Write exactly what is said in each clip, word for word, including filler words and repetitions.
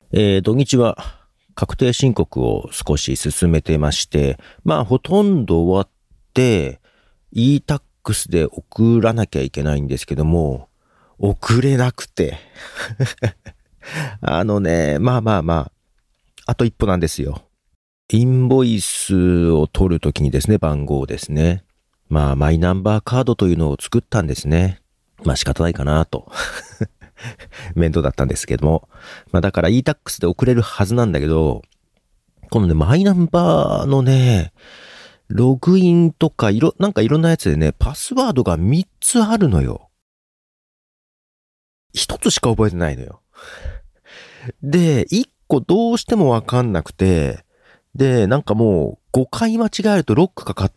えー、土日は確定申告を少し進めてまして、まあほとんど終わって e-タックス で送らなきゃいけないんですけども、送れなくて。あのね、まあまあまあ、あと一歩なんですよ。インボイスを取るときにですね、番号ですね。まあマイナンバーカードというのを作ったんですね。まあ仕方ないかなと。面倒だったんですけども。まあだから e-タックス で送れるはずなんだけど、このね、マイナンバーのね、ログインとかいろ、なんかいろんなやつでね、パスワードがみっつあるのよ。ひとつしか覚えてないのよ。で、いっこどうしてもわかんなくて、で、なんかもうごかい間違えるとロックかかって、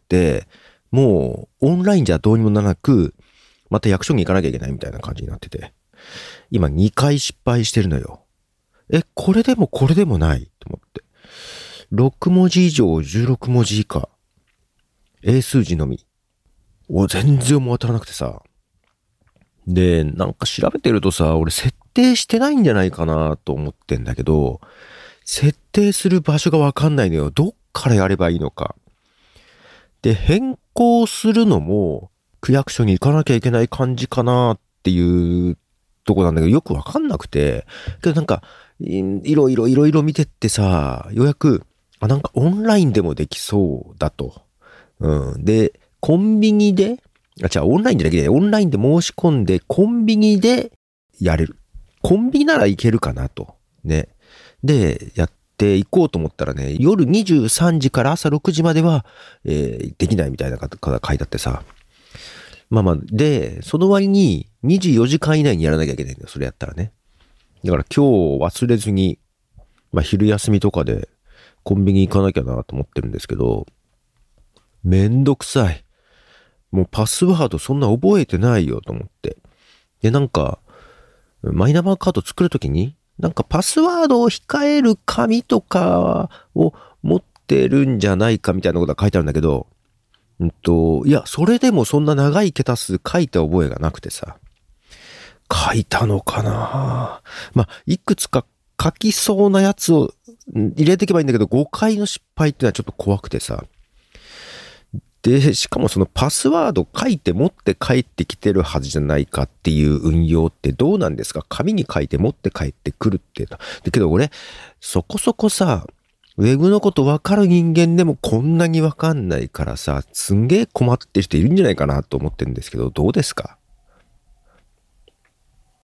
もうオンラインじゃどうにもならなく、また役所に行かなきゃいけないみたいな感じになってて、今にかい失敗してるのよ。え、これでもこれでもないと思って。ろく文字以上じゅうろく文字以下。英数字のみ。お、全然思い当たらなくてさ。で、なんか調べてるとさ、俺設定してないんじゃないかなと思ってんだけど、設定する場所がわかんないのよ。どっからやればいいのか。で、変更するのも、区役所に行かなきゃいけない感じかなっていうとこなんだけど、よくわかんなくて。けどなんか、いいろいろいろいろ見てってさ、ようやく、あ、なんかオンラインでもできそうだと。うん。で、コンビニで、あ、違う、オンラインじゃなきゃオンラインで申し込んで、コンビニでやれる。コンビニならいけるかなと。ね。で、やっていこうと思ったらね、夜にじゅうさんじから朝ろくじまでは、えーできないみたいなことが書いてあってさ。まあまあ、で、その割ににじゅうよじかん以内にやらなきゃいけないんだよ。それやったらね。だから今日忘れずに、まあ昼休みとかでコンビニ行かなきゃなと思ってるんですけど、めんどくさい。もうパスワードそんな覚えてないよと思って。で、なんか、マイナンバーカード作るときに、なんかパスワードを控える紙とかを持ってるんじゃないかみたいなことが書いてあるんだけど、うんと、いや、それでもそんな長い桁数書いた覚えがなくてさ。書いたのかな。まあ、いくつか書きそうなやつを入れていけばいいんだけど、ごかいの失敗ってのはちょっと怖くてさ。で、しかもそのパスワード書いて持って帰ってきてるはずじゃないかっていう運用ってどうなんですか？紙に書いて持って帰ってくるって。だけど俺、そこそこさ、ウェブのことわかる人間でもこんなにわかんないからさ、すんげえ困ってる人いるんじゃないかなと思ってるんですけど、どうですか？